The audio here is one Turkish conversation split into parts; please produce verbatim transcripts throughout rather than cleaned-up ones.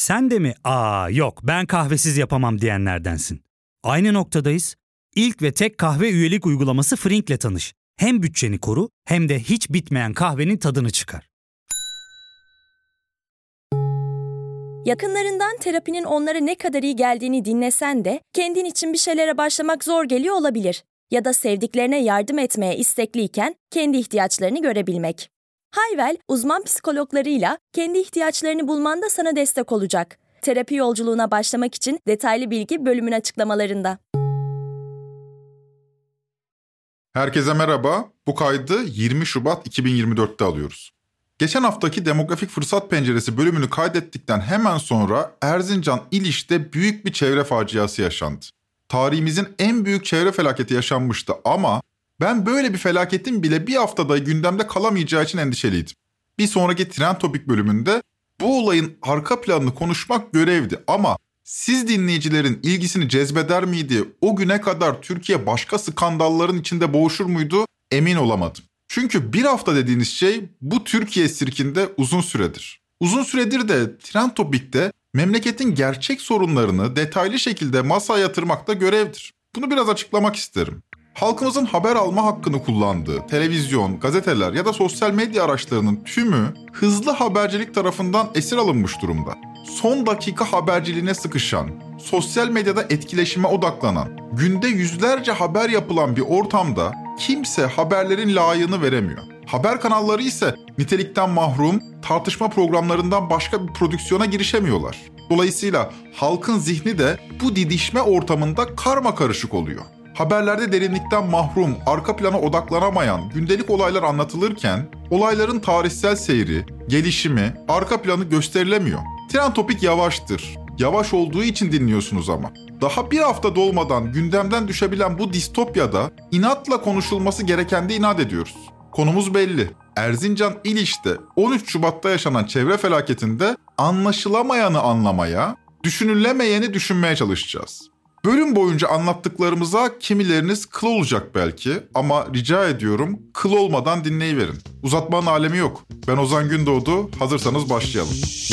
Sen de mi "Aa yok ben kahvesiz yapamam" diyenlerdensin? Aynı noktadayız. İlk ve tek kahve üyelik uygulaması Frink'le tanış. Hem bütçeni koru hem de hiç bitmeyen kahvenin tadını çıkar. Yakınlarından terapinin onlara ne kadar iyi geldiğini dinlesen de kendin için bir şeylere başlamak zor geliyor olabilir. Ya da sevdiklerine yardım etmeye istekliyken kendi ihtiyaçlarını görebilmek. Hayvel, uzman psikologlarıyla kendi ihtiyaçlarını bulmanda sana destek olacak. Terapi yolculuğuna başlamak için detaylı bilgi bölümün açıklamalarında. Herkese merhaba. Bu kaydı yirmi Şubat iki bin yirmi dörtte alıyoruz. Geçen haftaki Demografik Fırsat Penceresi bölümünü kaydettikten hemen sonra Erzincan İliş'te büyük bir çevre faciası yaşandı. Tarihimizin en büyük çevre felaketi yaşanmıştı ama ben böyle bir felaketin bile bir haftada gündemde kalamayacağı için endişeliydim. Bir sonraki Trend Topic bölümünde bu olayın arka planını konuşmak görevdi ama siz dinleyicilerin ilgisini cezbeder miydi? O güne kadar Türkiye başka skandalların içinde boğuşur muydu? Emin olamadım. Çünkü bir hafta dediğiniz şey bu Türkiye sirkinde uzun süredir. Uzun süredir de Trend Topic'te memleketin gerçek sorunlarını detaylı şekilde masaya yatırmakta görevdir. Bunu biraz açıklamak isterim. Halkımızın haber alma hakkını kullandığı televizyon, gazeteler ya da sosyal medya araçlarının tümü hızlı habercilik tarafından esir alınmış durumda. Son dakika haberciliğine sıkışan, sosyal medyada etkileşime odaklanan, günde yüzlerce haber yapılan bir ortamda kimse haberlerin layığını veremiyor. Haber kanalları ise nitelikten mahrum, tartışma programlarından başka bir prodüksiyona girişemiyorlar. Dolayısıyla halkın zihni de bu didişme ortamında karmakarışık oluyor. Haberlerde derinlikten mahrum, arka plana odaklanamayan gündelik olaylar anlatılırken olayların tarihsel seyri, gelişimi, arka planı gösterilemiyor. Trend Topic yavaştır. Yavaş olduğu için dinliyorsunuz ama. Daha bir hafta dolmadan gündemden düşebilen bu distopyada inatla konuşulması gereken de inat ediyoruz. Konumuz belli. Erzincan İliş'te on üç Şubat'ta yaşanan çevre felaketinde anlaşılamayanı anlamaya, düşünülemeyeni düşünmeye çalışacağız. Bölüm boyunca anlattıklarımıza kimileriniz kıl olacak belki ama rica ediyorum kıl olmadan dinleyiverin. Uzatmanın alemi yok. Ben Ozan Gündoğdu, hazırsanız başlayalım.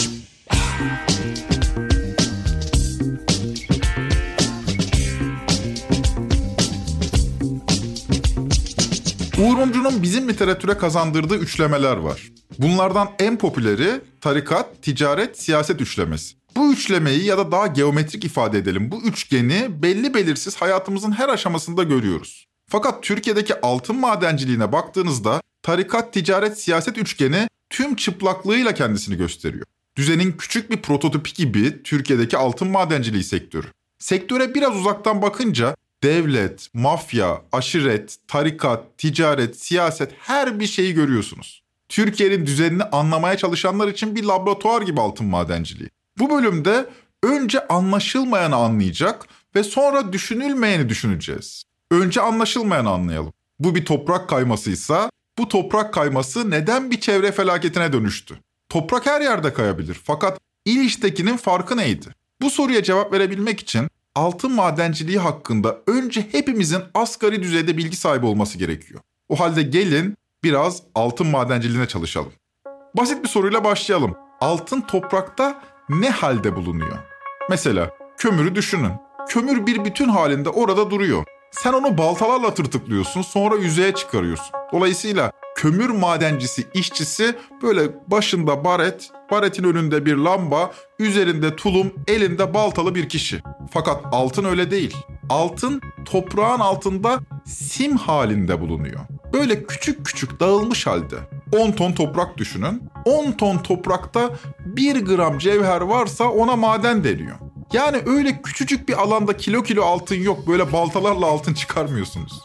Uğur Mumcu'nun bizim literatüre kazandırdığı üçlemeler var. Bunlardan en popüleri tarikat, ticaret, siyaset üçlemesi. Bu üçlemeyi ya da daha geometrik ifade edelim. Bu üçgeni belli belirsiz hayatımızın her aşamasında görüyoruz. Fakat Türkiye'deki altın madenciliğine baktığınızda tarikat, ticaret, siyaset üçgeni tüm çıplaklığıyla kendisini gösteriyor. Düzenin küçük bir prototipi gibi Türkiye'deki altın madenciliği sektörü. Sektöre biraz uzaktan bakınca devlet, mafya, aşiret, tarikat, ticaret, siyaset her bir şeyi görüyorsunuz. Türkiye'nin düzenini anlamaya çalışanlar için bir laboratuvar gibi altın madenciliği. Bu bölümde önce anlaşılmayanı anlayacak ve sonra düşünülmeyeni düşüneceğiz. Önce anlaşılmayanı anlayalım. Bu bir toprak kaymasıysa bu toprak kayması neden bir çevre felaketine dönüştü? Toprak her yerde kayabilir fakat İliş'tekinin farkı neydi? Bu soruya cevap verebilmek için altın madenciliği hakkında önce hepimizin asgari düzeyde bilgi sahibi olması gerekiyor. O halde gelin biraz altın madenciliğine çalışalım. Basit bir soruyla başlayalım. Altın toprakta ne halde bulunuyor? Mesela kömürü düşünün. Kömür bir bütün halinde orada duruyor. Sen onu baltalarla tırtıklıyorsun, sonra yüzeye çıkarıyorsun. Dolayısıyla kömür madencisi, işçisi böyle başında baret, baretin önünde bir lamba, üzerinde tulum, elinde baltalı bir kişi. Fakat altın öyle değil. Altın toprağın altında sim halinde bulunuyor. Böyle küçük küçük dağılmış halde. on ton toprak düşünün. on ton toprakta bir gram cevher varsa ona maden deniyor. Yani öyle küçücük bir alanda kilo kilo altın yok. Böyle baltalarla altın çıkarmıyorsunuz.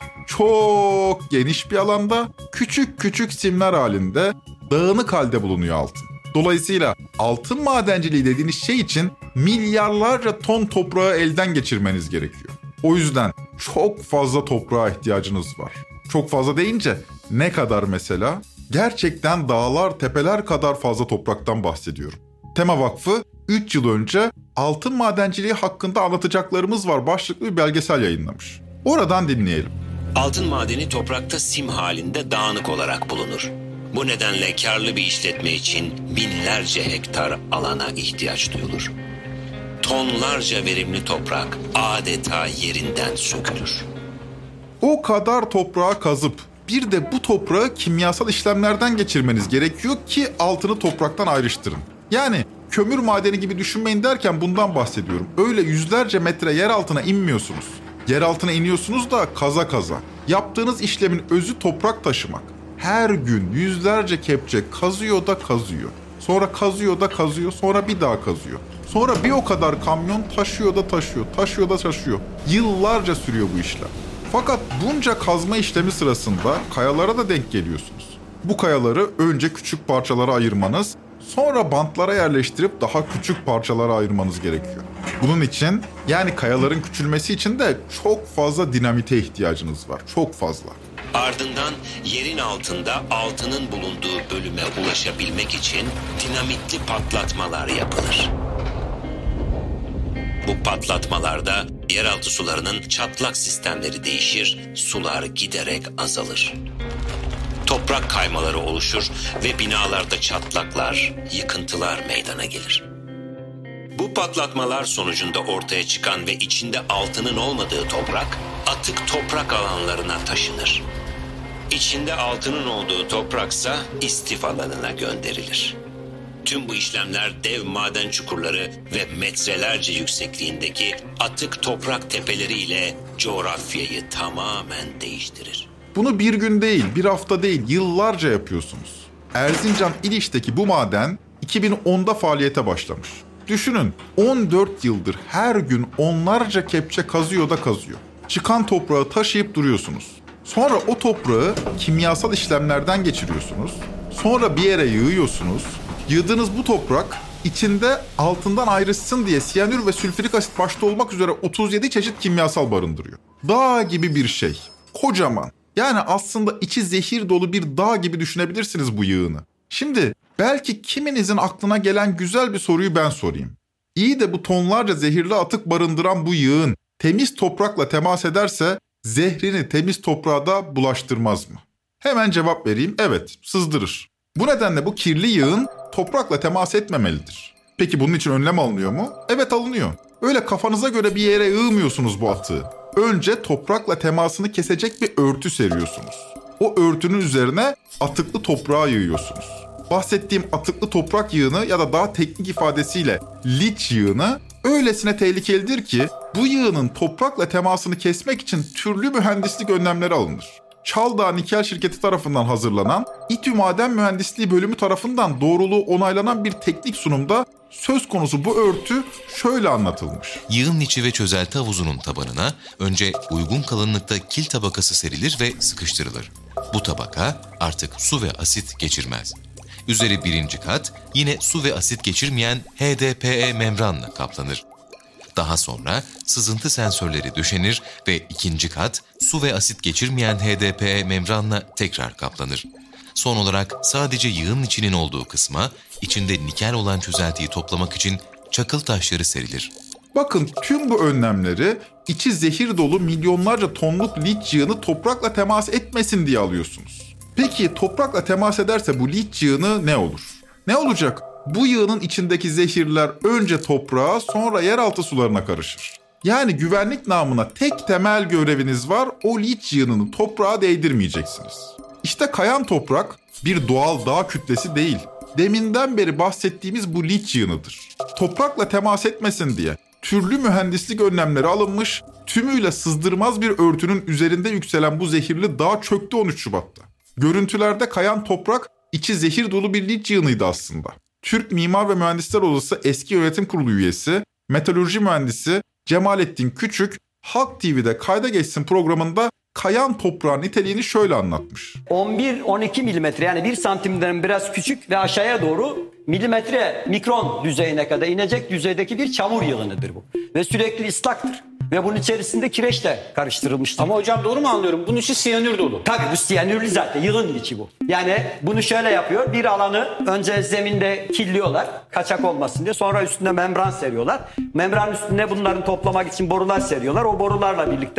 Çok geniş bir alanda küçük küçük simler halinde dağınık halde bulunuyor altın. Dolayısıyla altın madenciliği dediğiniz şey için milyarlarca ton toprağı elden geçirmeniz gerekiyor. O yüzden çok fazla toprağa ihtiyacınız var. Çok fazla deyince ne kadar mesela? Gerçekten dağlar, tepeler kadar fazla topraktan bahsediyorum. Tema Vakfı üç yıl önce altın madenciliği hakkında anlatacaklarımız var başlıklı bir belgesel yayınlamış. Oradan dinleyelim. Altın madeni toprakta sim halinde dağınık olarak bulunur. Bu nedenle karlı bir işletme için binlerce hektar alana ihtiyaç duyulur. Tonlarca verimli toprak adeta yerinden sökülür. O kadar toprağa kazıp bir de bu toprağı kimyasal işlemlerden geçirmeniz gerekiyor ki altını topraktan ayrıştırın. Yani kömür madeni gibi düşünmeyin derken bundan bahsediyorum. Öyle yüzlerce metre yer altına inmiyorsunuz. Yer altına iniyorsunuz da kaza kaza. Yaptığınız işlemin özü toprak taşımak. Her gün yüzlerce kepçe kazıyor da kazıyor. Sonra kazıyor da kazıyor, sonra bir daha kazıyor. Sonra bir o kadar kamyon taşıyor da taşıyor, taşıyor da taşıyor. Yıllarca sürüyor bu işlem. Fakat bunca kazma işlemi sırasında kayalara da denk geliyorsunuz. Bu kayaları önce küçük parçalara ayırmanız, sonra bantlara yerleştirip daha küçük parçalara ayırmanız gerekiyor. Bunun için, yani kayaların küçülmesi için de çok fazla dinamite ihtiyacınız var. Çok fazla. Ardından yerin altında altının bulunduğu bölüme ulaşabilmek için dinamitli patlatmalar yapılır. Bu patlatmalarda yeraltı sularının çatlak sistemleri değişir, sular giderek azalır. Toprak kaymaları oluşur ve binalarda çatlaklar, yıkıntılar meydana gelir. Bu patlatmalar sonucunda ortaya çıkan ve içinde altının olmadığı toprak, atık toprak alanlarına taşınır. İçinde altının olduğu topraksa istif alanına gönderilir. Tüm bu işlemler dev maden çukurları ve metrelerce yüksekliğindeki atık toprak tepeleriyle coğrafyayı tamamen değiştirir. Bunu bir gün değil, bir hafta değil, yıllarca yapıyorsunuz. Erzincan İliş'teki bu maden iki bin onda faaliyete başlamış. Düşünün, on dört yıldır her gün onlarca kepçe kazıyor da kazıyor. Çıkan toprağı taşıyıp duruyorsunuz. Sonra o toprağı kimyasal işlemlerden geçiriyorsunuz. Sonra bir yere yığıyorsunuz. Yığdığınız bu toprak içinde altından ayrışsın diye siyanür ve sülfürik asit başta olmak üzere otuz yedi çeşit kimyasal barındırıyor. Dağ gibi bir şey. Kocaman. Yani aslında içi zehir dolu bir dağ gibi düşünebilirsiniz bu yığını. Şimdi belki kiminizin aklına gelen güzel bir soruyu ben sorayım. İyi de bu tonlarca zehirli atık barındıran bu yığın temiz toprakla temas ederse zehrini temiz toprağa da bulaştırmaz mı? Hemen cevap vereyim. Evet, sızdırır. Bu nedenle bu kirli yığın toprakla temas etmemelidir. Peki bunun için önlem alınıyor mu? Evet, alınıyor. Öyle kafanıza göre bir yere yığmıyorsunuz bu atığı. Önce toprakla temasını kesecek bir örtü seriyorsunuz. O örtünün üzerine atıklı toprağı yığıyorsunuz. Bahsettiğim atıklı toprak yığını ya da daha teknik ifadesiyle liç yığını öylesine tehlikelidir ki bu yığının toprakla temasını kesmek için türlü mühendislik önlemleri alınır. Çaldağ Nikel şirketi tarafından hazırlanan İTÜ Maden Mühendisliği bölümü tarafından doğruluğu onaylanan bir teknik sunumda söz konusu bu örtü şöyle anlatılmış. Yığın içi ve çözelti havuzunun tabanına önce uygun kalınlıkta kil tabakası serilir ve sıkıştırılır. Bu tabaka artık su ve asit geçirmez. Üzeri birinci kat yine su ve asit geçirmeyen H D P E membranla kaplanır. Daha sonra sızıntı sensörleri döşenir ve ikinci kat su ve asit geçirmeyen H D P E membranla tekrar kaplanır. Son olarak sadece yığın içinin olduğu kısma içinde nikel olan çözeltiyi toplamak için çakıl taşları serilir. Bakın tüm bu önlemleri içi zehir dolu milyonlarca tonluk liç yığını toprakla temas etmesin diye alıyorsunuz. Peki toprakla temas ederse bu liç yığını ne olur? Ne olacak? Bu yığının içindeki zehirler önce toprağa sonra yeraltı sularına karışır. Yani güvenlik namına tek temel göreviniz var, o liç yığınını toprağa değdirmeyeceksiniz. İşte kayan toprak bir doğal dağ kütlesi değil. Deminden beri bahsettiğimiz bu liç yığınıdır. Toprakla temas etmesin diye türlü mühendislik önlemleri alınmış, tümüyle sızdırmaz bir örtünün üzerinde yükselen bu zehirli dağ çöktü on üç Şubat'ta. Görüntülerde kayan toprak içi zehir dolu bir liç yığınıydı aslında. Türk Mimar ve Mühendisler Odası eski yönetim kurulu üyesi, metalürji mühendisi Cemalettin Küçük, Halk T V'de Kayda Geçsin programında kayan toprağın niteliğini şöyle anlatmış. on bir on iki milimetre, yani bir santimden biraz küçük ve aşağıya doğru milimetre mikron düzeyine kadar inecek düzeydeki bir çamur yığınıdır bu. Ve sürekli ıslaktır. Ve bunun içerisinde kireç de karıştırılmıştır. Ama hocam doğru mu anlıyorum? Bunun içi siyanür dolu. Tabii bu siyanürlü zaten. Yığın içi bu. Yani bunu şöyle yapıyor. Bir alanı önce zeminde killiyorlar. Kaçak olmasın diye. Sonra üstüne membran seriyorlar. Membran üstüne bunların toplamak için borular seriyorlar. O borularla birlikte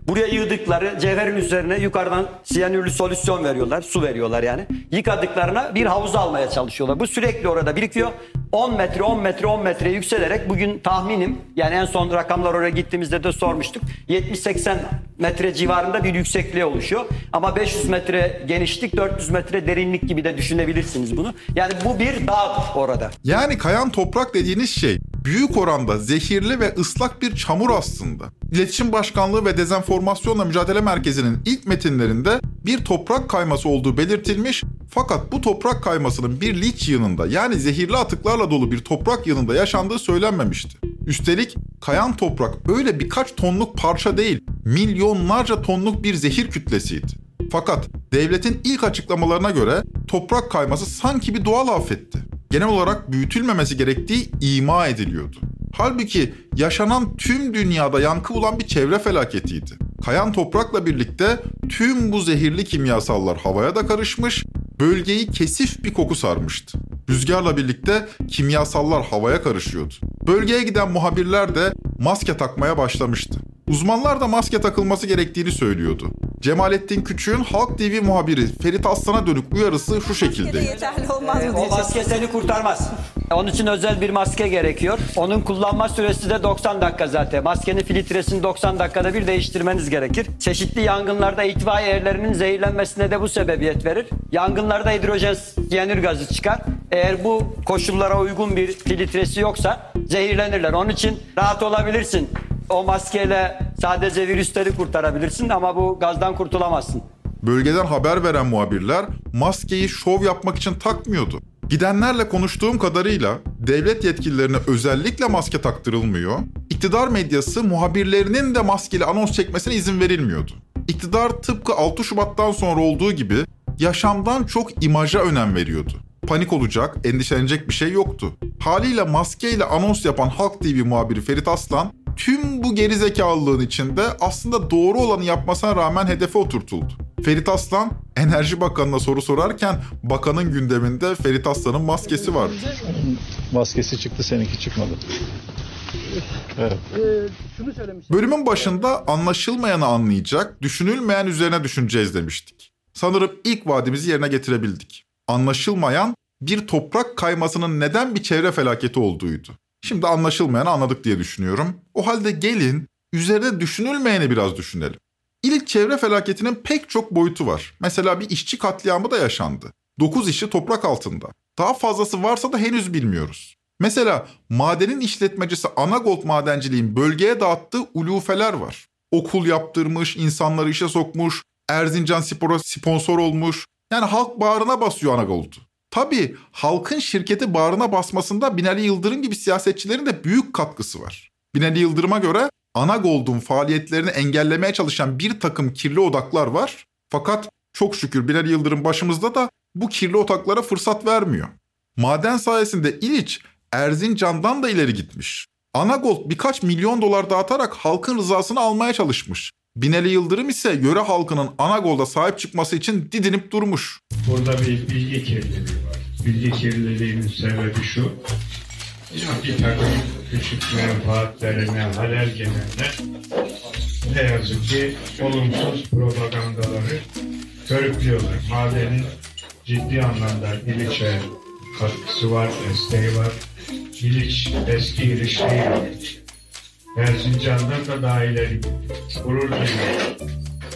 Buraya yığdıkları cevherin üzerine yukarıdan siyanürlü solüsyon veriyorlar. Su veriyorlar yani. Yıkadıklarına bir havuza almaya çalışıyorlar. Bu sürekli orada birikiyor. on metre on metre on metre yükselerek bugün tahminim, yani en son rakamlar oraya gittiğimizde de sormuştuk. yetmiş seksen metre civarında bir yüksekliğe oluşuyor. Ama beş yüz metre genişlik, dört yüz metre derinlik gibi de düşünebilirsiniz bunu. Yani bu bir dağ orada. Yani kayan toprak dediğiniz şey büyük oranda zehirli ve ıslak bir çamur aslında. İletişim Başkanlığı ve Dezenformasyonla Mücadele Merkezi'nin ilk metinlerinde bir toprak kayması olduğu belirtilmiş, fakat bu toprak kaymasının bir liç yığınında, yani zehirli atıklarla dolu bir toprak yığınında yaşandığı söylenmemişti. Üstelik kayan toprak öyle birkaç tonluk parça değil, milyonlarca tonluk bir zehir kütlesiydi. Fakat devletin ilk açıklamalarına göre toprak kayması sanki bir doğal afetti. Genel olarak büyütülmemesi gerektiği ima ediliyordu. Halbuki yaşanan tüm dünyada yankı bulan bir çevre felaketiydi. Kayan toprakla birlikte tüm bu zehirli kimyasallar havaya da karışmış, bölgeyi kesif bir koku sarmıştı. Rüzgarla birlikte kimyasallar havaya karışıyordu. Bölgeye giden muhabirler de maske takmaya başlamıştı. Uzmanlar da maske takılması gerektiğini söylüyordu. Cemalettin Küçük'ün Halk T V muhabiri Ferit Aslan'a dönük uyarısı şu şekilde. Yeterli olmaz mı? O maske seni kurtarmaz. Onun için özel bir maske gerekiyor. Onun kullanma süresi de doksan dakika zaten. Maskenin filtresini doksan dakikada bir değiştirmeniz gerekir. Çeşitli yangınlarda itfaiye erlerinin zehirlenmesine de bu sebebiyet verir. Yangınlarda hidrojen siyanür gazı çıkar. Eğer bu koşullara uygun bir filtresi yoksa zehirlenirler. Onun için rahat olabilirsin. O maskeyle sadece virüsleri kurtarabilirsin ama bu gazdan kurtulamazsın. Bölgeden haber veren muhabirler maskeyi şov yapmak için takmıyordu. Gidenlerle konuştuğum kadarıyla devlet yetkililerine özellikle maske taktırılmıyor, iktidar medyası muhabirlerinin de maskeli anons çekmesine izin verilmiyordu. İktidar tıpkı altı Şubat'tan sonra olduğu gibi yaşamdan çok imaja önem veriyordu. Panik olacak, endişelenecek bir şey yoktu. Haliyle maskeyle anons yapan Halk T V muhabiri Ferit Aslan, tüm bu gerizekalılığın içinde aslında doğru olanı yapmasına rağmen hedefe oturtuldu. Ferit Aslan, Enerji Bakanı'na soru sorarken bakanın gündeminde Ferit Aslan'ın maskesi vardı. Maskesi çıktı, seninki çıkmadı. Evet. Bölümün başında anlaşılmayanı anlayacak, düşünülmeyen üzerine düşüneceğiz demiştik. Sanırım ilk vaadimizi yerine getirebildik. Anlaşılmayan bir toprak kaymasının neden bir çevre felaketi olduğuydu. Şimdi anlaşılmayanı anladık diye düşünüyorum. O halde gelin üzerine düşünülmeyeni biraz düşünelim. İlk çevre felaketinin pek çok boyutu var. Mesela bir işçi katliamı da yaşandı. dokuz işçi toprak altında. Daha fazlası varsa da henüz bilmiyoruz. Mesela madenin işletmecisi Anagold Madenciliğin bölgeye dağıttığı ulufeler var. Okul yaptırmış, insanları işe sokmuş, Erzincan Spor'a sponsor olmuş. Yani halk bağrına basıyor Anagold'u. Tabii halkın şirketi bağrına basmasında Binali Yıldırım gibi siyasetçilerin de büyük katkısı var. Binali Yıldırım'a göre Anagold'un faaliyetlerini engellemeye çalışan bir takım kirli odaklar var. Fakat çok şükür Binali Yıldırım başımızda da bu kirli odaklara fırsat vermiyor. Maden sayesinde İliç Erzincan'dan da ileri gitmiş. Anagold birkaç milyon dolar dağıtarak halkın rızasını almaya çalışmış. Binali Yıldırım ise yöre halkının Anagold'a sahip çıkması için didinip durmuş. Burada bir bilgi kirliliği var. Bilgi kirliliğinin sebebi şu. Bir takım küçük menfaatlerine halel gelenler ne yazık ki olumsuz propagandaları körüklüyorlar. Madenin ciddi anlamda İliç'e katkısı var, desteği var. İliç eski İliç değil. Erzincan'dan da daha ileri gurur duyuyor.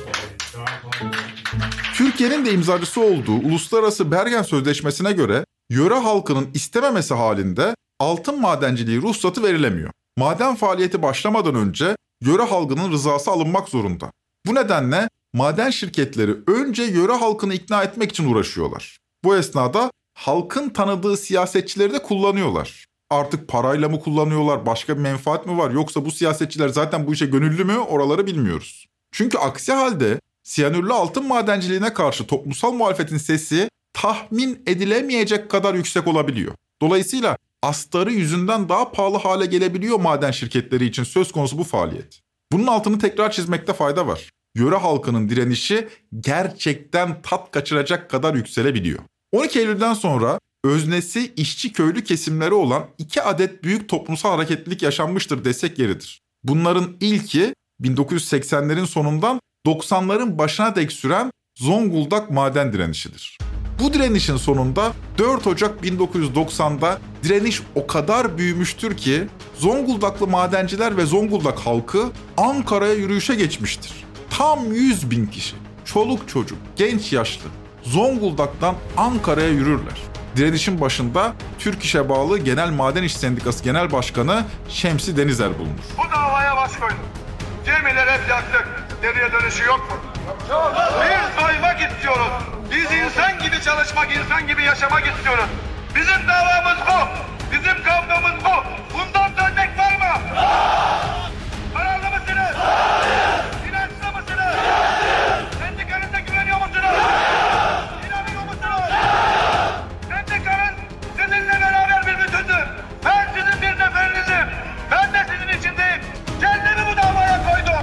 Türkiye'nin de imzacısı olduğu Uluslararası Bergen Sözleşmesi'ne göre yöre halkının istememesi halinde altın madenciliği ruhsatı verilemiyor. Maden faaliyeti başlamadan önce yöre halkının rızası alınmak zorunda. Bu nedenle maden şirketleri önce yöre halkını ikna etmek için uğraşıyorlar. Bu esnada halkın tanıdığı siyasetçileri de kullanıyorlar. Artık parayla mı kullanıyorlar, başka bir menfaat mi var, yoksa bu siyasetçiler zaten bu işe gönüllü mü, oraları bilmiyoruz. Çünkü aksi halde siyanürlü altın madenciliğine karşı toplumsal muhalefetin sesi tahmin edilemeyecek kadar yüksek olabiliyor. Dolayısıyla astarı yüzünden daha pahalı hale gelebiliyor maden şirketleri için söz konusu bu faaliyet. Bunun altını tekrar çizmekte fayda var. Yöre halkının direnişi gerçekten tat kaçıracak kadar yükselebiliyor. on iki Eylül'den sonra öznesi işçi köylü kesimleri olan iki adet büyük toplumsal hareketlilik yaşanmıştır desek yeridir. Bunların ilki bin dokuz yüz seksenlerin sonundan doksanların başına dek süren Zonguldak maden direnişidir. Bu direnişin sonunda dört Ocak bin dokuz yüz doksanda direniş o kadar büyümüştür ki Zonguldaklı madenciler ve Zonguldak halkı Ankara'ya yürüyüşe geçmiştir. Tam yüz bin kişi, çoluk çocuk, genç yaşlı Zonguldak'tan Ankara'ya yürürler. Direnişin başında Türk İş'e bağlı Genel Maden İş Sendikası Genel Başkanı Şemsi Denizer bulunur. Bu davaya baş koyduk. Gemileri hep yaktık. Geriye dönüşü yok mu? Biz doymak istiyoruz. Biz insan gibi çalışmak, insan gibi yaşamak istiyoruz. Bizim davamız bu. Bizim kavgamız bu. Bundan dönmek var mı? Kararlı mısınız? İnançlı mısınız? Sendikanıza güveniyor musunuz? İnanıyor musunuz? Sendikanın sizinle beraber bir bütündür. Ben sizin bir neferinizim. Ben de sizin içindeyim. Kendimi bu davaya koydum.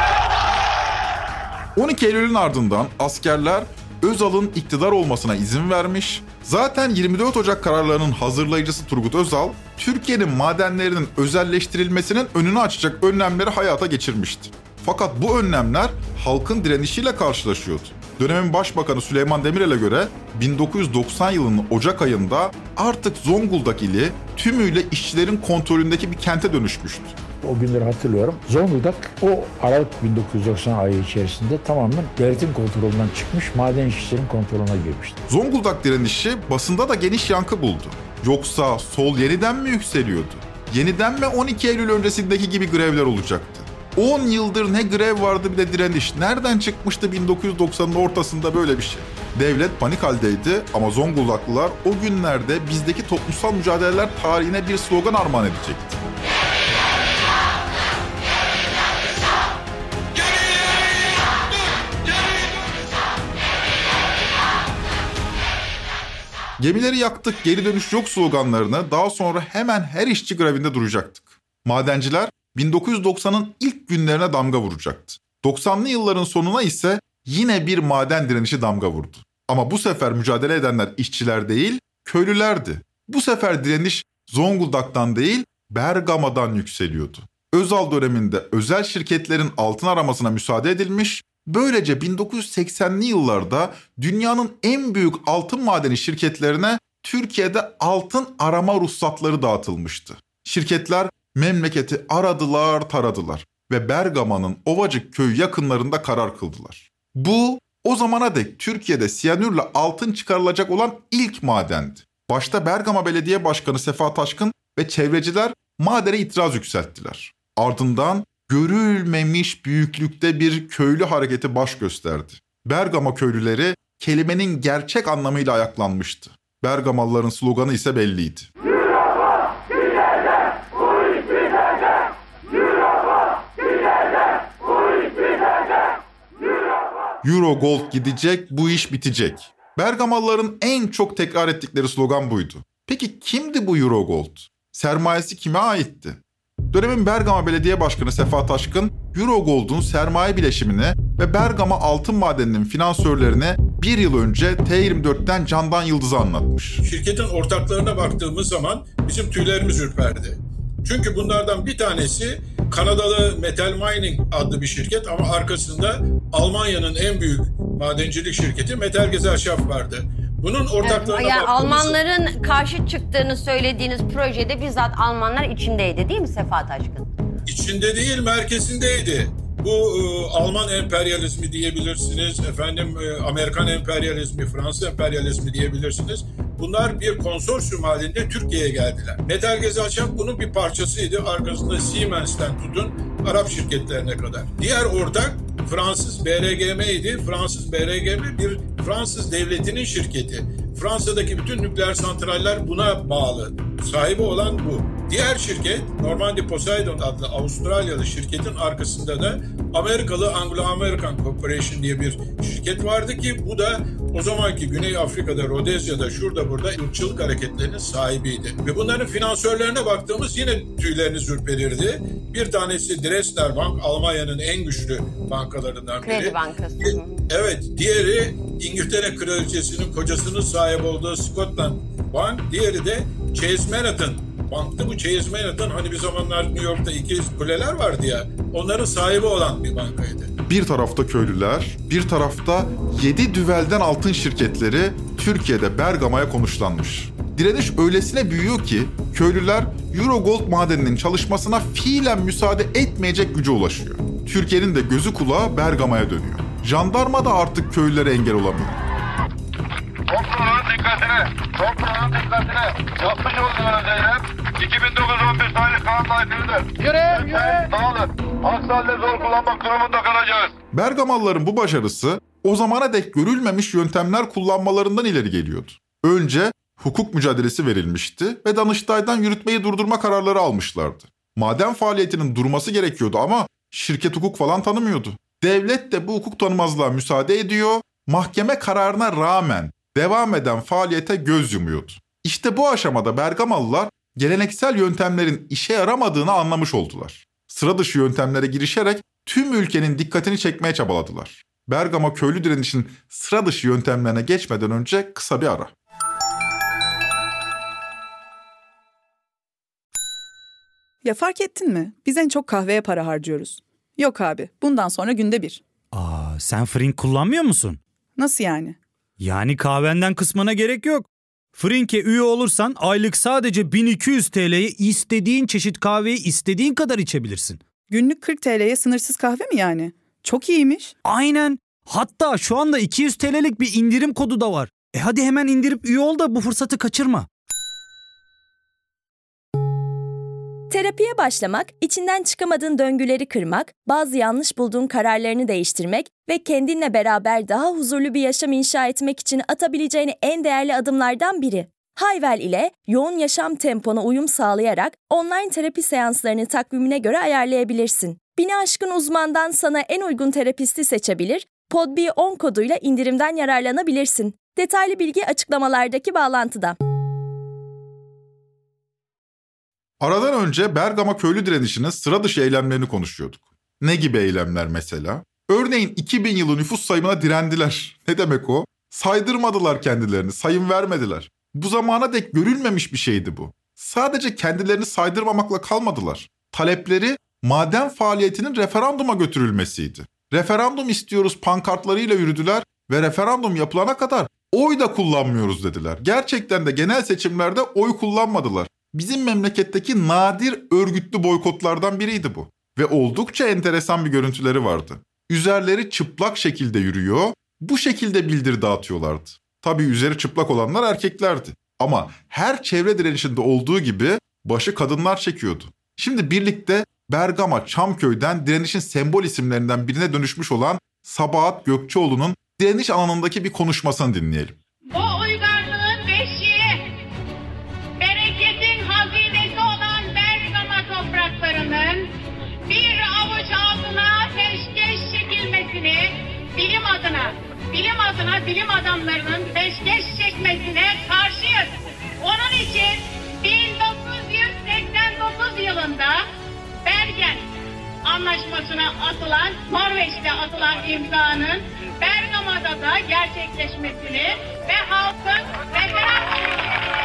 on iki Eylül'ün ardından askerler Özal'ın iktidar olmasına izin vermiş. Zaten yirmi dört Ocak kararlarının hazırlayıcısı Turgut Özal, Türkiye'nin madenlerinin özelleştirilmesinin önünü açacak önlemleri hayata geçirmişti. Fakat bu önlemler halkın direnişiyle karşılaşıyordu. Dönemin Başbakanı Süleyman Demirel'e göre bin dokuz yüz doksan yılının Ocak ayında artık Zonguldak ili tümüyle işçilerin kontrolündeki bir kente dönüşmüştü. O günleri hatırlıyorum. Zonguldak o Aralık bin dokuz yüz doksan ayı içerisinde tamamen devletin kontrolünden çıkmış, maden işçilerin kontrolüne girmişti. Zonguldak direnişi basında da geniş yankı buldu. Yoksa sol yeniden mi yükseliyordu? Yeniden mi on iki Eylül öncesindeki gibi grevler olacaktı? on yıldır ne grev vardı bir de direniş. Nereden çıkmıştı bin dokuz yüz doksanın ortasında böyle bir şey? Devlet panik haldeydi ama Zonguldaklılar o günlerde bizdeki toplumsal mücadeleler tarihine bir slogan armağan edecekti. Gemileri yaktık, geri dönüş yok sloganlarını daha sonra hemen her işçi grevinde duracaktık. Madenciler bin dokuz yüz doksanın ilk günlerine damga vuracaktı. doksanlı yılların sonuna ise yine bir maden direnişi damga vurdu. Ama bu sefer mücadele edenler işçiler değil, köylülerdi. Bu sefer direniş Zonguldak'tan değil, Bergama'dan yükseliyordu. Özal döneminde özel şirketlerin altın aramasına müsaade edilmiş, böylece bin dokuz yüz seksenli yıllarda dünyanın en büyük altın madeni şirketlerine Türkiye'de altın arama ruhsatları dağıtılmıştı. Şirketler memleketi aradılar, taradılar ve Bergama'nın Ovacık köyü yakınlarında karar kıldılar. Bu o zamana dek Türkiye'de siyanürle altın çıkarılacak olan ilk madendi. Başta Bergama Belediye Başkanı Sefa Taşkın ve çevreciler madene itiraz yükselttiler. Ardından görülmemiş büyüklükte bir köylü hareketi baş gösterdi. Bergama köylüleri kelimenin gerçek anlamıyla ayaklanmıştı. Bergamalıların sloganı ise belliydi. Euro Gold gidecek, bu iş bitecek. Bergamalıların en çok tekrar ettikleri slogan buydu. Peki kimdi bu Euro Gold? Sermayesi kime aitti? Dönemin Bergama Belediye Başkanı Sefa Taşkın, Euro Gold'un sermaye bileşimini ve Bergama altın madeninin finansörlerine bir yıl önce T yirmi dörtten Candan Yıldız'a anlatmış. Şirketin ortaklarına baktığımız zaman bizim tüylerimiz ürperdi. Çünkü bunlardan bir tanesi Kanadalı Metal Mining adlı bir şirket ama arkasında Almanya'nın en büyük madencilik şirketi Metalgesellschaft vardı. Bunun ortaklarına yani baktığımız... Almanların karşı çıktığını söylediğiniz projede bizzat Almanlar içindeydi değil mi Sefa Taşkın? İçinde değil, merkezindeydi. Bu e, Alman emperyalizmi diyebilirsiniz, efendim e, Amerikan emperyalizmi, Fransız emperyalizmi diyebilirsiniz. Bunlar bir konsorsiyum halinde Türkiye'ye geldiler. Metalgesellschaft bunun bir parçasıydı. Arkasında Siemens'ten tutun Arap şirketlerine kadar. Diğer ortak Fransız B R G M idi. Fransız B R G M bir Fransız devletinin şirketi. Fransa'daki bütün nükleer santraller buna bağlı. Sahibi olan bu. Diğer şirket Normandy Poseidon adlı Avustralyalı şirketin arkasında da Amerikalı Anglo-American Corporation diye bir şirket vardı ki bu da o zamanki Güney Afrika'da, Rodezya'da, şurada burada ırkçılık hareketlerinin sahibiydi. Ve bunların finansörlerine baktığımız yine tüyleriniz ürperirdi. Bir tanesi Dresdner Bank, Almanya'nın en güçlü bankalarından biri. Kredi Bankası. Evet, diğeri İngiltere Kraliçesi'nin kocasının sahip olduğu Scotland Bank, diğeri de Chase Manhattan banktı. Bu Chase Manhattan, hani bir zamanlar New York'ta iki kuleler vardı ya, onların sahibi olan bir bankaydı. Bir tarafta köylüler, bir tarafta yedi düvelden altın şirketleri Türkiye'de Bergama'ya konuşlanmış. Direniş öylesine büyüyor ki köylüler Eurogold madeninin çalışmasına fiilen müsaade etmeyecek güce ulaşıyor. Türkiye'nin de gözü kulağı Bergama'ya dönüyor. Jandarma da artık köylülere engel olamıyor. Toplumun dikkatine, toplumun dikkatine. Yapmış olduğunuz eylem iki bin dokuz yüz on bir sayılı kanunla aykırıdır. Yürüyün, yürüyün. Dağılın. Aksal'de zor kullanmak durumunda kalacağız. Bergamalıların bu başarısı o zamana dek görülmemiş yöntemler kullanmalarından ileri geliyordu. Önce hukuk mücadelesi verilmişti ve Danıştay'dan yürütmeyi durdurma kararları almışlardı. Maden faaliyetinin durması gerekiyordu ama şirket hukuk falan tanımıyordu. Devlet de bu hukuk tanımazlığa müsaade ediyor, mahkeme kararına rağmen devam eden faaliyete göz yumuyordu. İşte bu aşamada Bergamalılar geleneksel yöntemlerin işe yaramadığını anlamış oldular. Sıra dışı yöntemlere girişerek tüm ülkenin dikkatini çekmeye çabaladılar. Bergama köylü direnişinin sıra dışı yöntemlerine geçmeden önce kısa bir ara. Ya fark ettin mi? Biz en çok kahveye para harcıyoruz. Yok abi, bundan sonra günde bir. Aa, sen Frink kullanmıyor musun? Nasıl yani? Yani kahvenden kısmına gerek yok. Frink'e üye olursan aylık sadece bin iki yüz T L'ye istediğin çeşit kahveyi istediğin kadar içebilirsin. Günlük kırk T L'ye sınırsız kahve mi yani? Çok iyiymiş. Aynen. Hatta şu anda iki yüz T L'lik bir indirim kodu da var. E hadi hemen indirip üye ol da bu fırsatı kaçırma. Terapiye başlamak, içinden çıkamadığın döngüleri kırmak, bazı yanlış bulduğun kararlarını değiştirmek ve kendinle beraber daha huzurlu bir yaşam inşa etmek için atabileceğin en değerli adımlardan biri. Hayvel ile yoğun yaşam tempona uyum sağlayarak online terapi seanslarını takvimine göre ayarlayabilirsin. Bini aşkın uzmandan sana en uygun terapisti seçebilir, Podb on koduyla indirimden yararlanabilirsin. Detaylı bilgi açıklamalardaki bağlantıda. Aradan önce Bergama köylü direnişinin sıra dışı eylemlerini konuşuyorduk. Ne gibi eylemler mesela? Örneğin iki bin yılı nüfus sayımına direndiler. Ne demek o? Saydırmadılar kendilerini, sayım vermediler. Bu zamana dek görülmemiş bir şeydi bu. Sadece kendilerini saydırmamakla kalmadılar. Talepleri maden faaliyetinin referanduma götürülmesiydi. Referandum istiyoruz pankartlarıyla yürüdüler ve referandum yapılana kadar oy da kullanmıyoruz dediler. Gerçekten de genel seçimlerde oy kullanmadılar. Bizim memleketteki nadir örgütlü boykotlardan biriydi bu. Ve oldukça enteresan bir görüntüleri vardı. Üzerleri çıplak şekilde yürüyor, bu şekilde bildiri dağıtıyorlardı. Tabii üzeri çıplak olanlar erkeklerdi. Ama her çevre direnişinde olduğu gibi başı kadınlar çekiyordu. Şimdi birlikte Bergama Çamköy'den direnişin sembol isimlerinden birine dönüşmüş olan Sabahat Gökçeoğlu'nun direniş alanındaki bir konuşmasını dinleyelim. O uygarlığın beşiği, bereketin hazinesi olan Bergama topraklarının bir avuç altına peşkeş çekilmesini bilim adına, bilim adına bilim adamlarının peşkeş çekmesine karşıyız. Onun için bin dokuz yüz seksen dokuz yılında Bergen Anlaşması'na atılan, Norveç'te atılan imzanın Bergama'da da gerçekleşmesini ve halkın referandum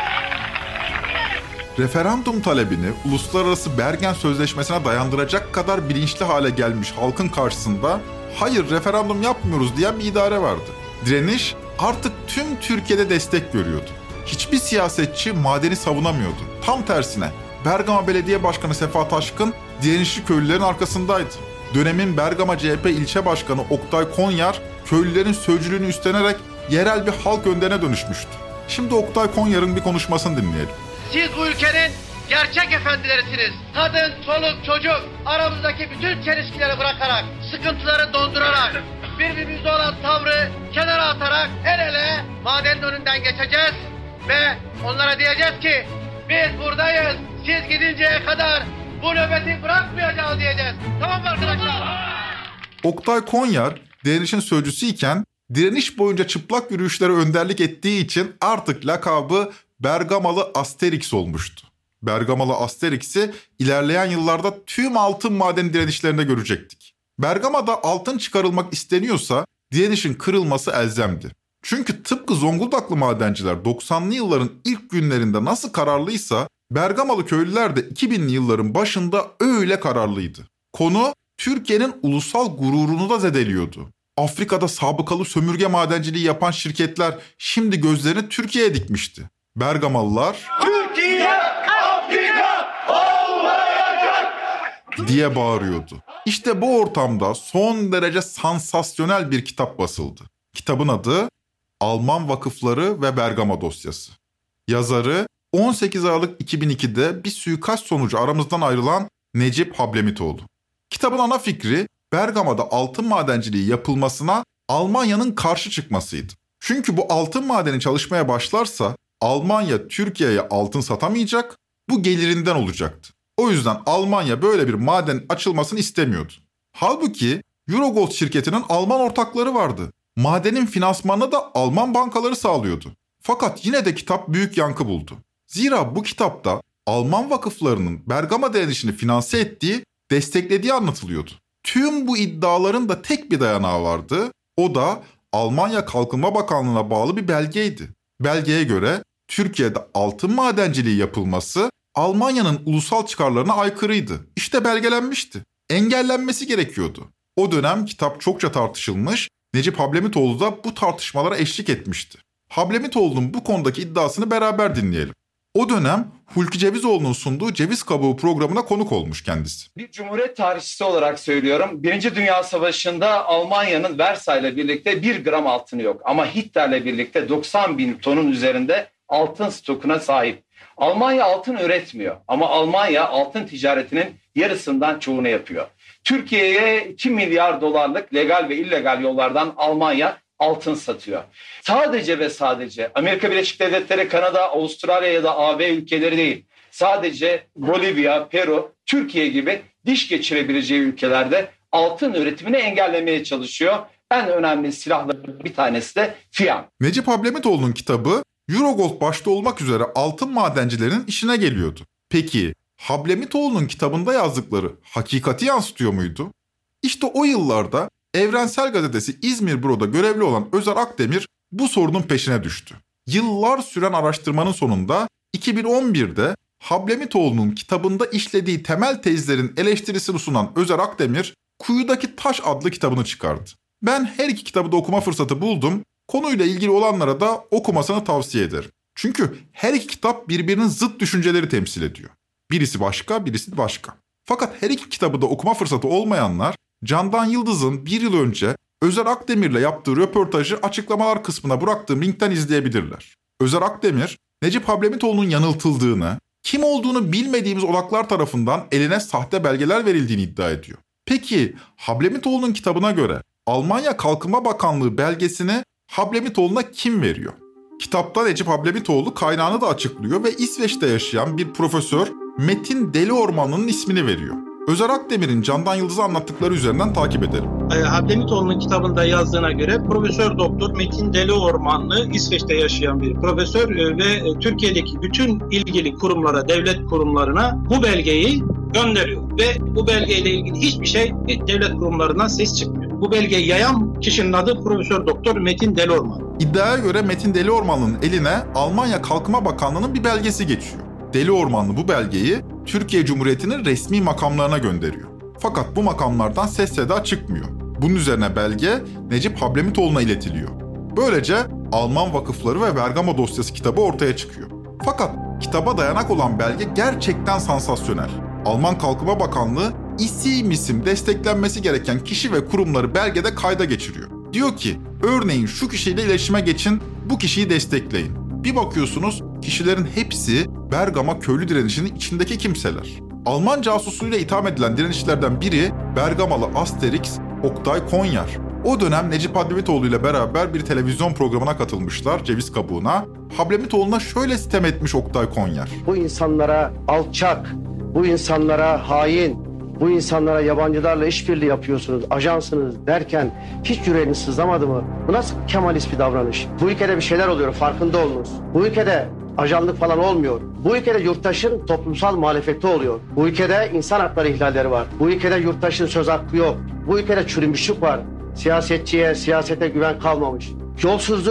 Referandum talebini Uluslararası Bergen Sözleşmesi'ne dayandıracak kadar bilinçli hale gelmiş halkın karşısında hayır referandum yapmıyoruz diyen bir idare vardı. Direniş artık tüm Türkiye'de destek görüyordu. Hiçbir siyasetçi madeni savunamıyordu. Tam tersine Bergama Belediye Başkanı Sefa Taşkın direnişçi köylülerin arkasındaydı. Dönemin Bergama C H P ilçe başkanı Oktay Konyar köylülerin sözcülüğünü üstlenerek yerel bir halk önderine dönüşmüştü. Şimdi Oktay Konyar'ın bir konuşmasını dinleyelim. Siz bu ülkenin gerçek efendilerisiniz. Kadın, çoluk, çocuk aramızdaki bütün çelişkileri bırakarak, sıkıntıları dondurarak, birbirimize olan tavrı kenara atarak el ele madenin önünden geçeceğiz ve onlara diyeceğiz ki biz buradayız. Siz gidinceye kadar bu nöbeti bırakmayacağız diyeceğiz. Tamam mı arkadaşlar? Oktay Konyar direnişin sözcüsüyken direniş boyunca çıplak yürüyüşlere önderlik ettiği için artık lakabı Bergamalı Asterix olmuştu. Bergamalı Asterix'i ilerleyen yıllarda tüm altın maden direnişlerinde görecektik. Bergama'da altın çıkarılmak isteniyorsa direnişin kırılması elzemdi. Çünkü tıpkı Zonguldaklı madenciler doksanlı yılların ilk günlerinde nasıl kararlıysa Bergamalı köylüler de iki binli yılların başında öyle kararlıydı. Konu Türkiye'nin ulusal gururunu da zedeliyordu. Afrika'da sabıkalı sömürge madenciliği yapan şirketler şimdi gözlerini Türkiye'ye dikmişti. Bergamalılar Türkiye, Afrika olmayacak diye bağırıyordu. İşte bu ortamda son derece sansasyonel bir kitap basıldı. Kitabın adı Alman Vakıfları ve Bergama Dosyası. Yazarı on sekiz Aralık iki bin ikide bir suikast sonucu aramızdan ayrılan Necip Hablemitoğlu. Kitabın ana fikri Bergama'da altın madenciliği yapılmasına Almanya'nın karşı çıkmasıydı. Çünkü bu altın madeni çalışmaya başlarsa Almanya Türkiye'ye altın satamayacak, bu gelirinden olacaktı. O yüzden Almanya böyle bir maden açılmasını istemiyordu. Halbuki Eurogold şirketinin Alman ortakları vardı. Madenin finansmanını da Alman bankaları sağlıyordu. Fakat yine de kitap büyük yankı buldu. Zira bu kitapta Alman vakıflarının Bergama direnişini finanse ettiği, desteklediği anlatılıyordu. Tüm bu iddiaların da tek bir dayanağı vardı. O da Almanya Kalkınma Bakanlığı'na bağlı bir belgeydi. Belgeye göre Türkiye'de altın madenciliği yapılması Almanya'nın ulusal çıkarlarına aykırıydı. İşte belgelenmişti. Engellenmesi gerekiyordu. O dönem kitap çokça tartışılmış, Necip Hablemitoğlu da bu tartışmalara eşlik etmişti. Hablemitoğlu'nun bu konudaki iddiasını beraber dinleyelim. O dönem Hulki Cevizoğlu'nun sunduğu Ceviz Kabuğu programına konuk olmuş kendisi. Bir cumhuriyet tarihçisi olarak söylüyorum. Birinci Dünya Savaşı'nda Almanya'nın Versay'la birlikte bir gram altını yok. Ama Hitler'le birlikte doksan bin tonun üzerinde altın stokuna sahip. Almanya altın üretmiyor ama Almanya altın ticaretinin yarısından çoğunu yapıyor. Türkiye'ye iki milyar dolarlık legal ve illegal yollardan Almanya altın satıyor. Sadece ve sadece Amerika Birleşik Devletleri, Kanada, Avustralya ya da A B ülkeleri değil. Sadece Bolivya, Peru, Türkiye gibi diş geçirebileceği ülkelerde altın üretimini engellemeye çalışıyor. En önemli silahların bir tanesi de Fiyan. Necip Hablemitoğlu'nun kitabı Eurogold başta olmak üzere altın madencilerinin işine geliyordu. Peki Hablemitoğlu'nun kitabında yazdıkları hakikati yansıtıyor muydu? İşte o yıllarda Evrensel Gazetesi İzmir Büro'da görevli olan Özer Akdemir bu sorunun peşine düştü. Yıllar süren araştırmanın sonunda iki bin on birde Hablemitoğlu'nun kitabında işlediği temel tezlerin eleştirisini sunan Özer Akdemir, Kuyudaki Taş adlı kitabını çıkardı. Ben her iki kitabı da okuma fırsatı buldum. Konuyla ilgili olanlara da okumasını tavsiye ederim. Çünkü her iki kitap birbirinin zıt düşünceleri temsil ediyor. Birisi başka, birisi başka. Fakat her iki kitabı da okuma fırsatı olmayanlar, Candan Yıldız'ın bir yıl önce Özer Akdemir'le yaptığı röportajı açıklamalar kısmına bıraktığım linkten izleyebilirler. Özer Akdemir, Necip Hablemitoğlu'nun yanıltıldığını, kim olduğunu bilmediğimiz odaklar tarafından eline sahte belgeler verildiğini iddia ediyor. Peki Hablemitoğlu'nun kitabına göre Almanya Kalkınma Bakanlığı belgesini Hablemitoğlu'na kim veriyor? Kitapta Necip Hablemitoğlu kaynağını da açıklıyor ve İsveç'te yaşayan bir profesör Metin Deliormanlı'nın ismini veriyor. Özer Akdemir'in Candan Yıldız'ı anlattıkları üzerinden takip edelim. Hablemitoğlu'nun kitabında yazdığına göre Profesör Doktor Metin Deliormanlı İsveç'te yaşayan bir profesör ve Türkiye'deki bütün ilgili kurumlara, devlet kurumlarına bu belgeyi gönderiyor. Ve bu belgeyle ilgili hiçbir şey devlet kurumlarından ses çıkmıyor. Bu belgeyi yayan kişinin adı Profesör Doktor Metin Deliorman. İddiaya göre Metin Deliormanlı'nın eline Almanya Kalkınma Bakanlığı'nın bir belgesi geçiyor. Deliormanlı bu belgeyi Türkiye Cumhuriyeti'nin resmi makamlarına gönderiyor. Fakat bu makamlardan ses seda çıkmıyor. Bunun üzerine belge Necip Hablemitoğlu'na iletiliyor. Böylece Alman Vakıfları ve Bergama Dosyası kitabı ortaya çıkıyor. Fakat kitaba dayanak olan belge gerçekten sansasyonel. Alman Kalkınma Bakanlığı isim isim desteklenmesi gereken kişi ve kurumları belgede kayda geçiriyor. Diyor ki, örneğin şu kişiyle iletişime geçin, bu kişiyi destekleyin. Bir bakıyorsunuz kişilerin hepsi Bergama köylü direnişinin içindeki kimseler. Alman casusluğuyla itham edilen direnişçilerden biri Bergamalı Asterix Oktay Konyar. O dönem Necip Hablemitoğlu ile beraber bir televizyon programına katılmışlar, Ceviz Kabuğu'na. Hablemitoğlu'na şöyle sitem etmiş Oktay Konyar. Bu insanlara alçak, bu insanlara hain, bu insanlara yabancılarla işbirliği yapıyorsunuz, ajansınız derken hiç yüreğiniz sızlamadı mı? Bu nasıl Kemalist bir davranış? Bu ülkede bir şeyler oluyor, farkında olunuz. Bu ülkede ajanlık falan olmuyor. Bu ülkede yurttaşın toplumsal muhalefeti oluyor. Bu ülkede insan hakları ihlalleri var. Bu ülkede yurttaşın söz hakkı yok. Bu ülkede çürümüşlük var. Siyasetçiye, siyasete güven kalmamış. Yolsuzluk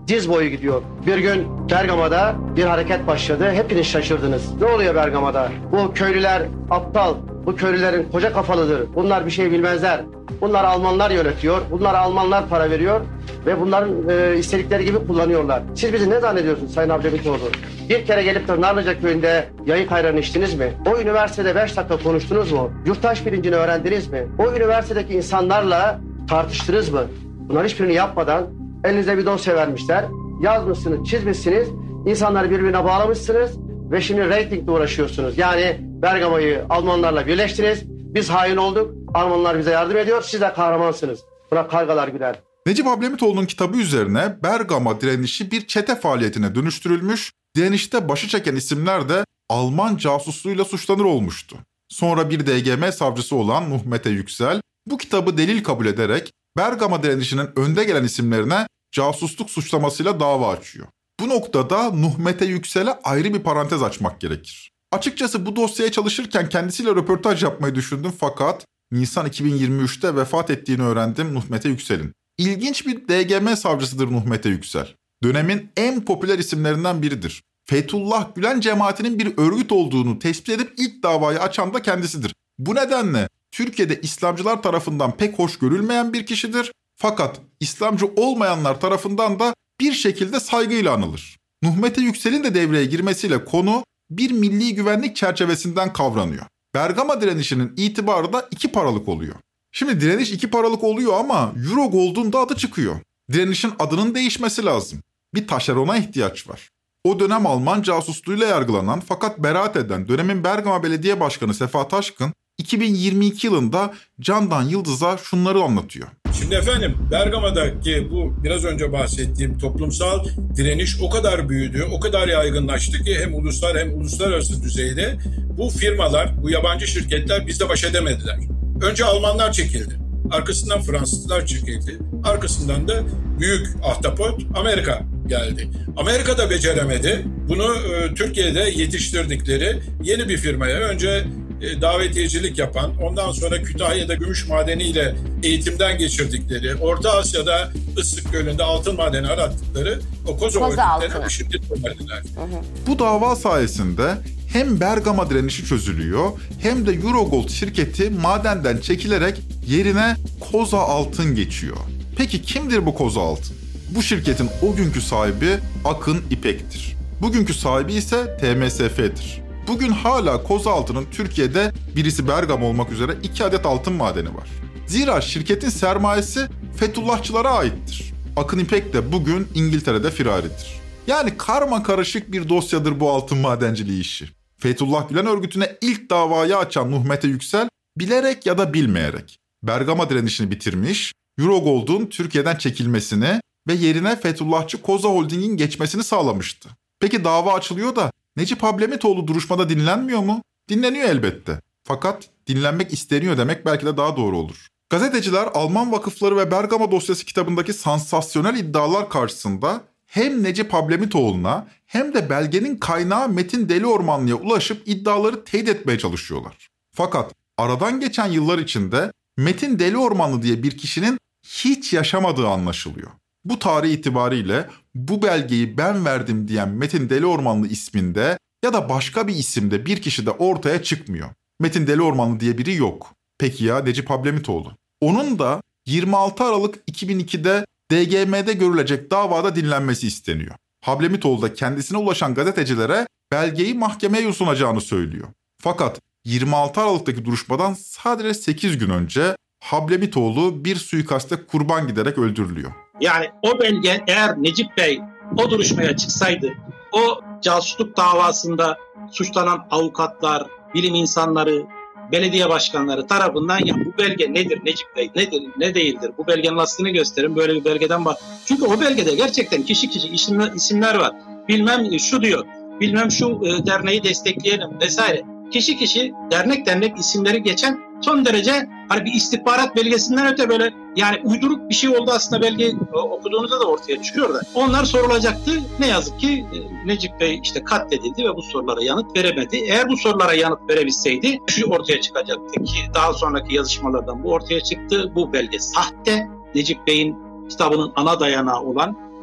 diz boyu gidiyor. Bir gün Bergama'da bir hareket başladı. Hepiniz şaşırdınız. Ne oluyor Bergama'da? Bu köylüler aptal. Bu köylülerin koca kafalıdır. Bunlar bir şey bilmezler. Bunlar Almanlar yönetiyor. Bunlar Almanlar para veriyor. Ve bunların e, istedikleri gibi kullanıyorlar. Siz bizi ne zannediyorsunuz Sayın Abdülhamitoğlu? Bir kere gelip de Narlıca köyünde yayık ayranı içtiniz mi? O üniversitede beş dakika konuştunuz mu? Yurttaş bilincini öğrendiniz mi? O üniversitedeki insanlarla tartıştınız mı? Bunların hiçbirini yapmadan elinize bir dosya vermişler. Yazmışsınız, çizmişsiniz. İnsanları birbirine bağlamışsınız. Ve şimdi reytingle uğraşıyorsunuz. Yani Bergama'yı Almanlarla birleştiniz. Biz hain olduk. Almanlar bize yardım ediyor. Siz de kahramansınız. Buna kargalar güler. Necip Hablemitoğlu'nun kitabı üzerine Bergama direnişi bir çete faaliyetine dönüştürülmüş, direnişte başı çeken isimler de Alman casusluğuyla suçlanır olmuştu. Sonra bir D G M savcısı olan Nuhmete Yüksel bu kitabı delil kabul ederek Bergama direnişinin önde gelen isimlerine casusluk suçlamasıyla dava açıyor. Bu noktada Nuhmete Yüksel'e ayrı bir parantez açmak gerekir. Açıkçası bu dosyaya çalışırken kendisiyle röportaj yapmayı düşündüm fakat Nisan iki bin yirmi üçte vefat ettiğini öğrendim Nuhmete Yüksel'in. İlginç bir D G M savcısıdır Nuhmete Yüksel. Dönemin en popüler isimlerinden biridir. Fethullah Gülen cemaatinin bir örgüt olduğunu tespit edip ilk davayı açan da kendisidir. Bu nedenle Türkiye'de İslamcılar tarafından pek hoş görülmeyen bir kişidir. Fakat İslamcı olmayanlar tarafından da bir şekilde saygıyla anılır. Nuhmete Yüksel'in de devreye girmesiyle konu bir milli güvenlik çerçevesinden kavranıyor. Bergama direnişinin itibarı da iki paralık oluyor. Şimdi direniş iki paralık oluyor ama Eurogold'un da adı çıkıyor. Direnişin adının değişmesi lazım. Bir taşerona ihtiyaç var. O dönem Alman casusluğuyla yargılanan fakat beraat eden dönemin Bergama Belediye Başkanı Sefa Taşkın iki bin yirmi iki yılında Candan Yıldız'a şunları anlatıyor. Şimdi efendim Bergama'daki bu biraz önce bahsettiğim toplumsal direniş o kadar büyüdü, o kadar yaygınlaştı ki hem uluslar hem uluslararası düzeyde bu firmalar, bu yabancı şirketler bizle baş edemediler. Önce Almanlar çekildi, arkasından Fransızlar çekildi, arkasından da büyük ahtapot Amerika geldi. Amerika da beceremedi. Bunu e, Türkiye'de yetiştirdikleri yeni bir firmaya önce e, davetiyecilik yapan, ondan sonra Kütahya'da gümüş madeniyle eğitimden geçirdikleri, Orta Asya'da Issık Gölü'nde altın madeni arattıkları o Koza örgütlerine şimdi verdiler. Bu dava sayesinde hem Bergama direnişi çözülüyor hem de Eurogold şirketi madenden çekilerek yerine Koza Altın geçiyor. Peki kimdir bu Koza Altın? Bu şirketin o günkü sahibi Akın İpek'tir. Bugünkü sahibi ise T M S F'dir. Bugün hala Koza Altın'ın Türkiye'de birisi Bergama olmak üzere iki adet altın madeni var. Zira şirketin sermayesi Fethullahçılara aittir. Akın İpek de bugün İngiltere'de firaridir. Yani karma karışık bir dosyadır bu altın madenciliği işi. Fethullah Gülen örgütüne ilk davayı açan Nuhmete Yüksel bilerek ya da bilmeyerek Bergama direnişini bitirmiş, Eurogold'un Türkiye'den çekilmesini ve yerine Fethullahçı Koza Holding'in geçmesini sağlamıştı. Peki dava açılıyor da Necip Hablemitoğlu duruşmada dinlenmiyor mu? Dinleniyor elbette. Fakat dinlenmek isteniyor demek belki de daha doğru olur. Gazeteciler Alman Vakıfları ve Bergama dosyası kitabındaki sansasyonel iddialar karşısında hem Necip Hablemitoğlu'na hem de belgenin kaynağı Metin Deliormanlı'ya ulaşıp iddiaları teyit etmeye çalışıyorlar. Fakat aradan geçen yıllar içinde Metin Deliormanlı diye bir kişinin hiç yaşamadığı anlaşılıyor. Bu tarih itibariyle bu belgeyi ben verdim diyen Metin Deliormanlı isminde ya da başka bir isimde bir kişi de ortaya çıkmıyor. Metin Deliormanlı diye biri yok. Peki ya Necip Hablemitoğlu? Onun da yirmi altı Aralık iki bin ikide D G M'de görülecek davada dinlenmesi isteniyor. Hablemitoğlu da kendisine ulaşan gazetecilere belgeyi mahkemeye sunacağını söylüyor. Fakat yirmi altı Aralık'taki duruşmadan sadece sekiz gün önce Hablemitoğlu bir suikaste kurban giderek öldürülüyor. Yani o belge eğer Necip Bey o duruşmaya çıksaydı, o casusluk davasında suçlanan avukatlar, bilim insanları, belediye başkanları tarafından ya bu belge nedir Necip Bey, nedir, ne değildir, bu belgenin aslını gösterin, böyle bir belgeden bak. Çünkü o belgede gerçekten kişi kişi isimler, isimler var. Bilmem şu diyor, bilmem şu e, derneği destekleyelim vesaire. Kişi kişi, dernek dernek isimleri geçen son derece hani bir istihbarat belgesinden öte böyle yani uyduruk bir şey oldu aslında belge okuduğunuzda da ortaya çıkıyor da. Onlar sorulacaktı. Ne yazık ki Necip Bey işte katledildi ve bu sorulara yanıt veremedi. Eğer bu sorulara yanıt verebilseydi şu ortaya çıkacaktı ki daha sonraki yazışmalardan bu ortaya çıktı. Bu belge sahte. Necip Bey'in kitabının ana dayanağı olan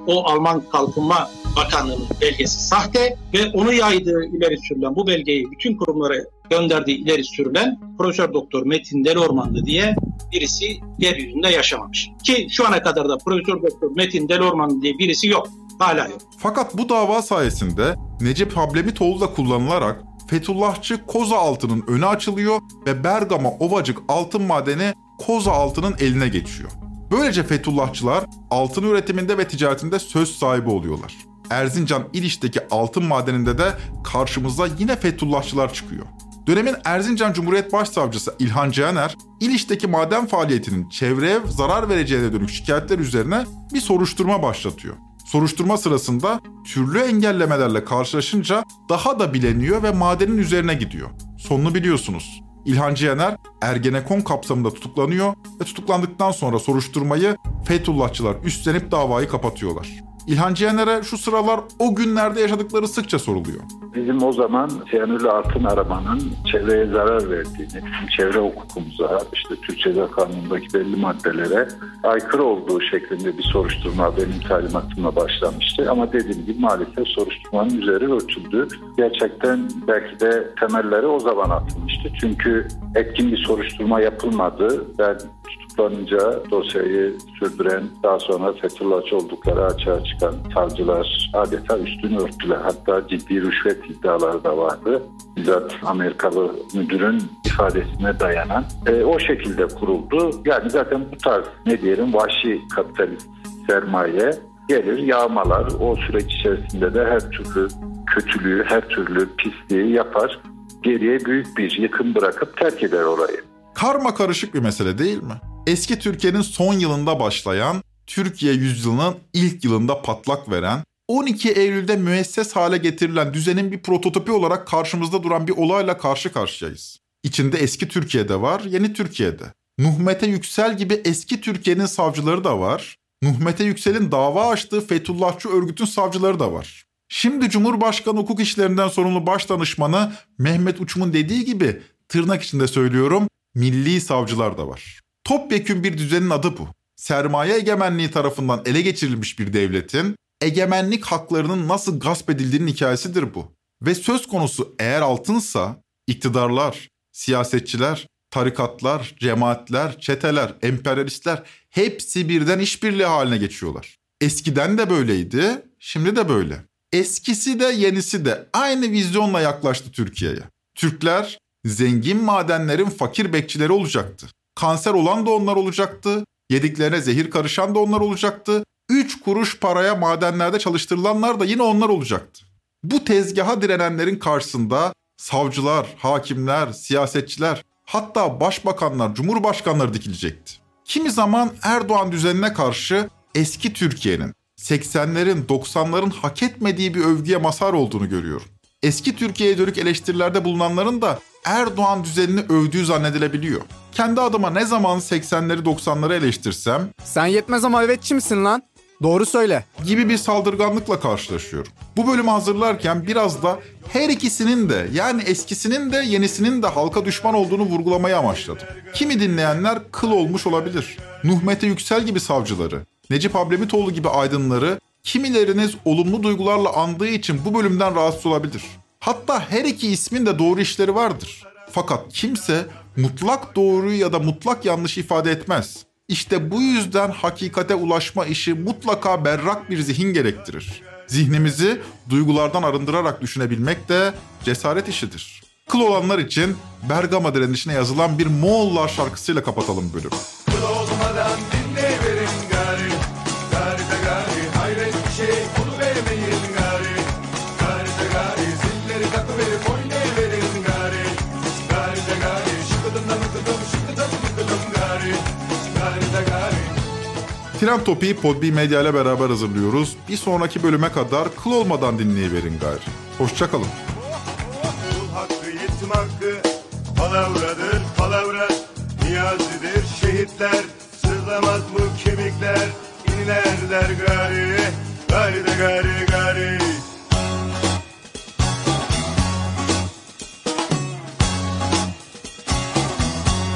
o Alman Kalkınma Bakanlığı'nın belgesi sahte ve onu yaydığı ileri sürülen, bu belgeyi bütün kurumlara gönderdiği ileri sürülen Profesör Doktor Metin Delormanlı diye birisi yeryüzünde yaşamamış. Ki şu ana kadar da Profesör Doktor Metin Delormanlı diye birisi yok. Hala yok. Fakat bu dava sayesinde Necip Hablemitoğlu da kullanılarak Fethullahçı koza altının önü açılıyor ve Bergama Ovacık altın madeni koza altının eline geçiyor. Böylece Fethullahçılar altın üretiminde ve ticaretinde söz sahibi oluyorlar. Erzincan İliç'teki altın madeninde de karşımıza yine Fethullahçılar çıkıyor. Dönemin Erzincan Cumhuriyet Başsavcısı İlhan Cihaner, İliç'teki maden faaliyetinin çevreye zarar vereceğine dönük şikayetler üzerine bir soruşturma başlatıyor. Soruşturma sırasında türlü engellemelerle karşılaşınca daha da bileniyor ve madenin üzerine gidiyor. Sonunu biliyorsunuz. İlhan Cihaner Ergenekon kapsamında tutuklanıyor ve tutuklandıktan sonra soruşturmayı Fethullahçılar üstlenip davayı kapatıyorlar. İlhan Cihaner'e şu sıralar o günlerde yaşadıkları sıkça soruluyor. Bizim o zaman siyanürlü altın aramanın çevreye zarar verdiğini, bizim çevre hukukumuza, işte Türk Ceza Kanunu'ndaki belli maddelere aykırı olduğu şeklinde bir soruşturma benim talimatımla başlamıştı. Ama dediğim gibi maalesef soruşturmanın üzeri örtüldü. Gerçekten belki de temelleri o zaman atılmıştı. Çünkü etkin bir soruşturma yapılmadı. Ben tutuklanınca dosyayı sürdüren, daha sonra Fethullahçı oldukları açığa çıkan savcılar adeta üstünü örttüler. Hatta ciddi rüşvet iddiaları da vardı. Bizzat Amerikalı müdürün ifadesine dayanan e, o şekilde kuruldu. Yani zaten bu tarz ne diyelim vahşi kapitalist sermaye gelir yağmalar. O süreç içerisinde de her türlü kötülüğü, her türlü pisliği yapar. Geriye büyük bir yıkım bırakıp terk eder orayı. Karma karışık bir mesele değil mi? Eski Türkiye'nin son yılında başlayan, Türkiye yüzyılının ilk yılında patlak veren, on iki Eylül'de müesses hale getirilen düzenin bir prototipi olarak karşımızda duran bir olayla karşı karşıyayız. İçinde eski Türkiye'de var, yeni Türkiye'de. Nuh Mete Yüksel gibi eski Türkiye'nin savcıları da var. Nuh Mete Yüksel'in dava açtığı Fethullahçı örgütün savcıları da var. Şimdi Cumhurbaşkanı hukuk işlerinden sorumlu başdanışmanı Mehmet Uçum'un dediği gibi, tırnak içinde söylüyorum, milli savcılar da var. Topyekün bir düzenin adı bu. Sermaye egemenliği tarafından ele geçirilmiş bir devletin egemenlik haklarının nasıl gasp edildiğinin hikayesidir bu. Ve söz konusu eğer altınsa iktidarlar, siyasetçiler, tarikatlar, cemaatler, çeteler, emperyalistler hepsi birden işbirliği haline geçiyorlar. Eskiden de böyleydi, şimdi de böyle. Eskisi de yenisi de aynı vizyonla yaklaştı Türkiye'ye. Türkler zengin madenlerin fakir bekçileri olacaktı. Kanser olan da onlar olacaktı. Yediklerine zehir karışan da onlar olacaktı. Üç kuruş paraya madenlerde çalıştırılanlar da yine onlar olacaktı. Bu tezgaha direnenlerin karşısında savcılar, hakimler, siyasetçiler, hatta başbakanlar, cumhurbaşkanları dikilecekti. Kimi zaman Erdoğan düzenine karşı eski Türkiye'nin, seksenlerin, doksanların hak etmediği bir övgüye mazhar olduğunu görüyorum. Eski Türkiye'ye dönük eleştirilerde bulunanların da Erdoğan düzenini övdüğü zannedilebiliyor. Kendi adıma ne zaman seksenleri doksanları eleştirsem... Sen yetmez ama evetçi misin lan? Doğru söyle. ...gibi bir saldırganlıkla karşılaşıyorum. Bu bölümü hazırlarken biraz da her ikisinin de yani eskisinin de yenisinin de halka düşman olduğunu vurgulamayı amaçladım. Kimi dinleyenler kıl olmuş olabilir. Nuh Mete Yüksel gibi savcıları, Necip Hablemitoğlu gibi aydınları kimileriniz olumlu duygularla andığı için bu bölümden rahatsız olabilir. Hatta her iki ismin de doğru işleri vardır. Fakat kimse mutlak doğruyu ya da mutlak yanlışı ifade etmez. İşte bu yüzden hakikate ulaşma işi mutlaka berrak bir zihin gerektirir. Zihnimizi duygulardan arındırarak düşünebilmek de cesaret işidir. Kıl olanlar için Bergama direnişine yazılan bir Moğollar şarkısıyla kapatalım bölümü. Kıl olmadan dinleyiverin gari, gari de gari, hayret bir şey oluvermeyin gari, gari de gari, zilleri takıverip oynayıverin gari, gari de gari, şıkıdım mıkıdım, şıkıdım mıkıdım gari, gari de gari. Tren Topi'yi Podbi Medya ile beraber hazırlıyoruz. Bir sonraki bölüme kadar kıl olmadan dinleyiverin gari. Hoşçakalın. Kul hakkı, yetim hakkı, palavradır palavra, niyazidir şehitler, sırlamaz mı kemikler, inlerler gari, gari de gari gari.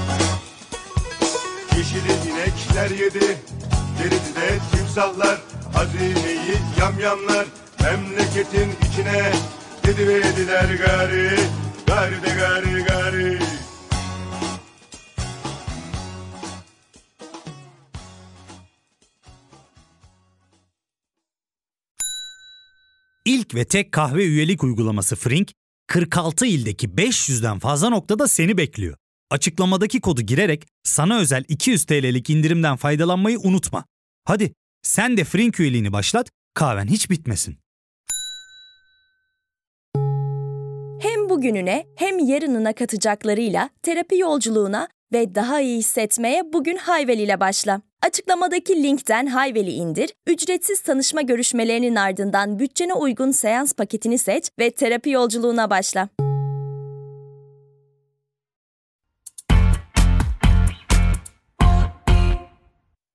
Yeşili inekler yedi, gerisi de timsahlar, hazineyi yamyamlar memleketin içine gidiverdiler gari, gari de gari gari. İlk ve tek kahve üyelik uygulaması Frink, kırk altı ildeki beş yüzden fazla noktada seni bekliyor. Açıklamadaki kodu girerek sana özel iki yüz TL'lik indirimden faydalanmayı unutma. Hadi sen de Frink üyeliğini başlat, kahven hiç bitmesin. Hem bugününe hem yarınına katacaklarıyla terapi yolculuğuna ve daha iyi hissetmeye bugün Hayvel ile başla. Açıklamadaki linkten Hayvel'i indir, ücretsiz tanışma görüşmelerinin ardından bütçene uygun seans paketini seç ve terapi yolculuğuna başla.